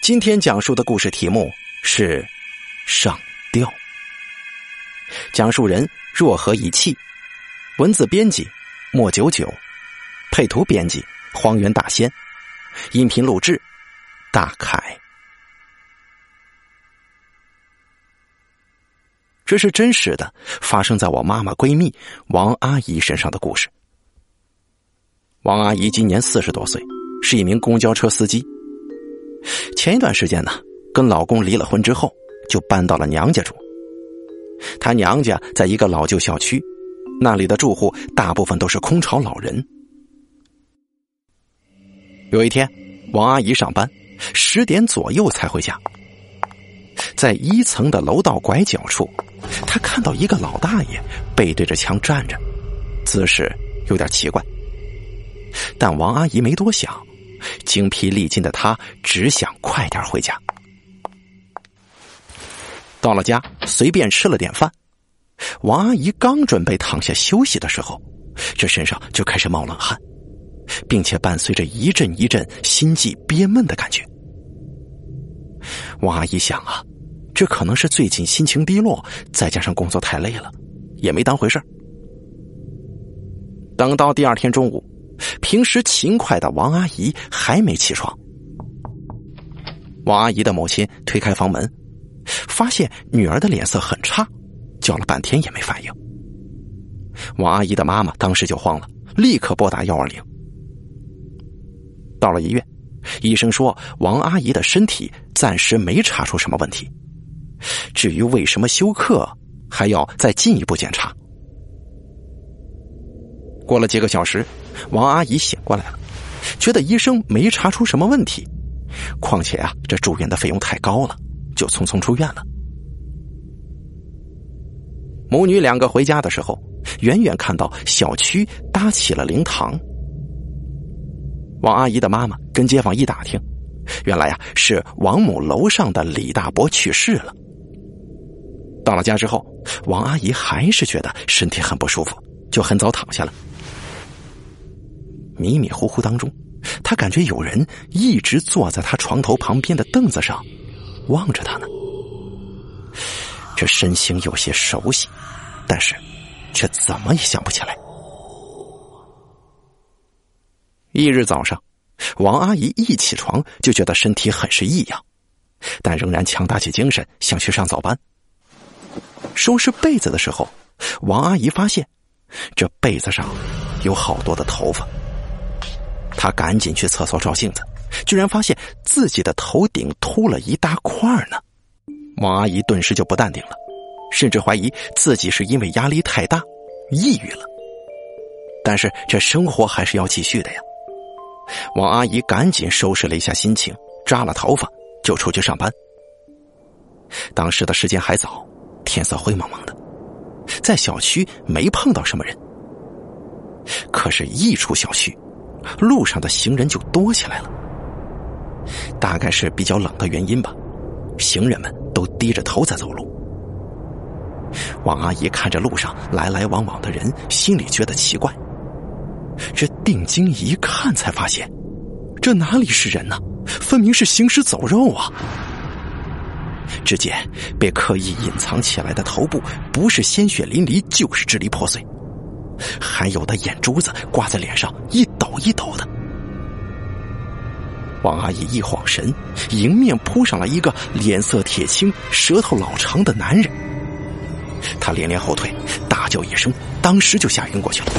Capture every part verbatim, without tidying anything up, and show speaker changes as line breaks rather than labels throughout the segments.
今天讲述的故事题目是上吊，讲述人若何一气，文字编辑莫九九，配图编辑荒原大仙，音频录制大凯。这是真实的，发生在我妈妈闺蜜王阿姨身上的故事。王阿姨今年四十多岁，是一名公交车司机。前一段时间呢，跟老公离了婚之后，就搬到了娘家住。她娘家在一个老旧小区，那里的住户大部分都是空巢老人。有一天，王阿姨上班，十点左右才回家。在一层的楼道拐角处，她看到一个老大爷背对着墙站着，姿势有点奇怪。但王阿姨没多想，精疲力尽的她只想快点回家。到了家，随便吃了点饭，王阿姨刚准备躺下休息的时候，这身上就开始冒冷汗，并且伴随着一阵一阵心悸憋闷的感觉。王阿姨想啊，这可能是最近心情低落，再加上工作太累了，也没当回事儿。等到第二天中午，平时勤快的王阿姨还没起床。王阿姨的母亲推开房门，发现女儿的脸色很差，叫了半天也没反应。王阿姨的妈妈当时就慌了，立刻拨打一二零。到了医院，医生说王阿姨的身体暂时没查出什么问题，至于为什么休克，还要再进一步检查。过了几个小时，王阿姨醒过来了，觉得医生没查出什么问题，况且啊，这住院的费用太高了，就匆匆出院了。母女两个回家的时候，远远看到小区搭起了灵堂。王阿姨的妈妈跟街坊一打听，原来呀、啊、是王母楼上的李大伯去世了。到了家之后，王阿姨还是觉得身体很不舒服，就很早躺下了。迷迷糊糊当中，她感觉有人一直坐在她床头旁边的凳子上望着她呢。这身形有些熟悉，但是却怎么也想不起来。翌日早上，王阿姨一起床就觉得身体很是异样，但仍然强打起精神想去上早班。收拾被子的时候，王阿姨发现这被子上有好多的头发。她赶紧去厕所照镜子，居然发现自己的头顶秃了一大块呢。王阿姨顿时就不淡定了，甚至怀疑自己是因为压力太大抑郁了。但是这生活还是要继续的呀。王阿姨赶紧收拾了一下心情，扎了头发就出去上班。当时的时间还早，天色灰蒙蒙的，在小区没碰到什么人。可是一出小区，路上的行人就多起来了。大概是比较冷的原因吧，行人们都低着头在走路。王阿姨看着路上来来往往的人，心里觉得奇怪。这定睛一看，才发现这哪里是人呢、啊？分明是行尸走肉啊！只见被刻意隐藏起来的头部，不是鲜血淋漓，就是支离破碎，还有的眼珠子挂在脸上，一抖一抖的。王阿姨一晃神，迎面扑上来一个脸色铁青、舌头老长的男人。她连连后退，大叫一声，当时就吓晕过去了。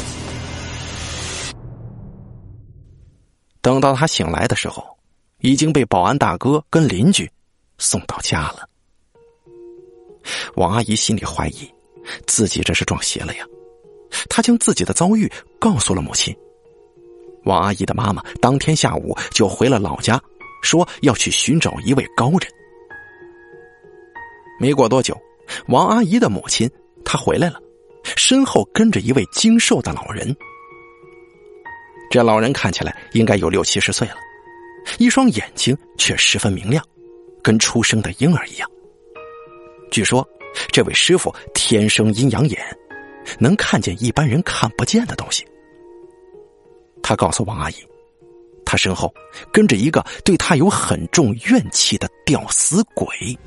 等到她醒来的时候，已经被保安大哥跟邻居送到家了。王阿姨心里怀疑自己这是撞邪了呀，她将自己的遭遇告诉了母亲。王阿姨的妈妈当天下午就回了老家，说要去寻找一位高人。没过多久，王阿姨的母亲她回来了，身后跟着一位精瘦的老人。这老人看起来应该有六七十岁了，一双眼睛却十分明亮，跟出生的婴儿一样。据说这位师傅天生阴阳眼，能看见一般人看不见的东西。他告诉王阿姨，他他身后跟着一个对他有很重怨气的吊死鬼。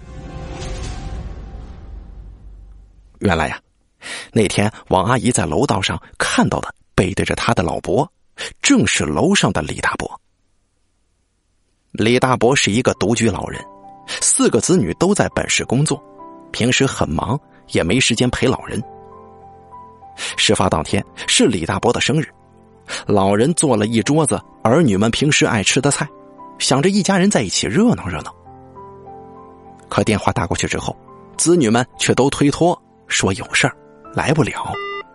原来呀，那天王阿姨在楼道上看到的背对着他的老伯，正是楼上的李大伯。李大伯是一个独居老人，四个子女都在本市工作，平时很忙，也没时间陪老人。事发当天是李大伯的生日，老人做了一桌子儿女们平时爱吃的菜，想着一家人在一起热闹热闹。可电话打过去之后，子女们却都推脱，说有事儿来不了。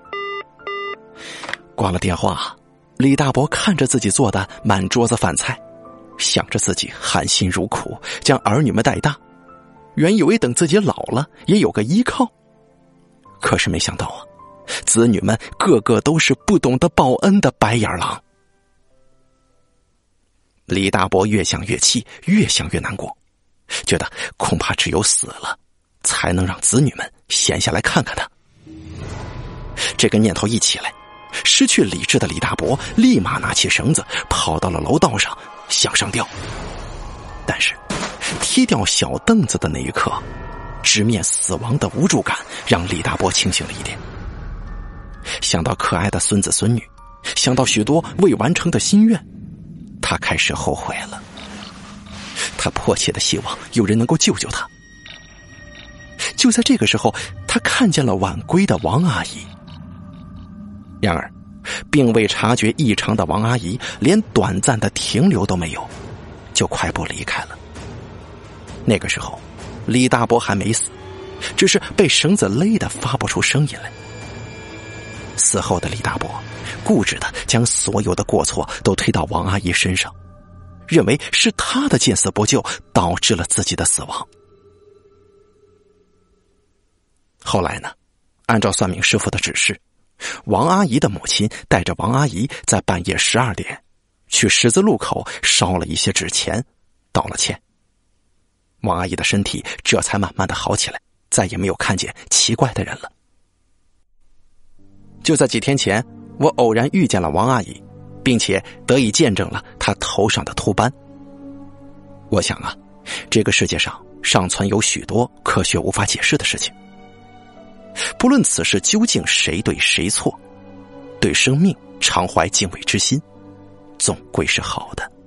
挂了电话，李大伯看着自己做的满桌子饭菜，想着自己含辛茹苦将儿女们带大，原以为等自己老了也有个依靠，可是没想到啊，子女们个个都是不懂得报恩的白眼狼。李大伯越想越气，越想越难过，觉得恐怕只有死了才能让子女们闲下来看看他。这个念头一起来，失去理智的李大伯立马拿起绳子跑到了楼道上向上吊。但是踢掉小凳子的那一刻，直面死亡的无助感让李大伯清醒了一点。想到可爱的孙子孙女，想到许多未完成的心愿，他开始后悔了。他迫切的希望有人能够救救他。就在这个时候，他看见了晚归的王阿姨。然而并未察觉异常的王阿姨连短暂的停留都没有，就快步离开了。那个时候李大伯还没死，只是被绳子勒得发不出声音来。死后的李大伯固执地将所有的过错都推到王阿姨身上，认为是他的见死不救导致了自己的死亡。后来呢，按照算命师傅的指示，王阿姨的母亲带着王阿姨在半夜十二点去十字路口烧了一些纸钱，道了歉。王阿姨的身体这才慢慢的好起来，再也没有看见奇怪的人了。就在几天前，我偶然遇见了王阿姨，并且得以见证了她头上的秃斑。我想啊，这个世界上尚存有许多科学无法解释的事情。不论此事究竟谁对谁错，对生命常怀敬畏之心，总归是好的。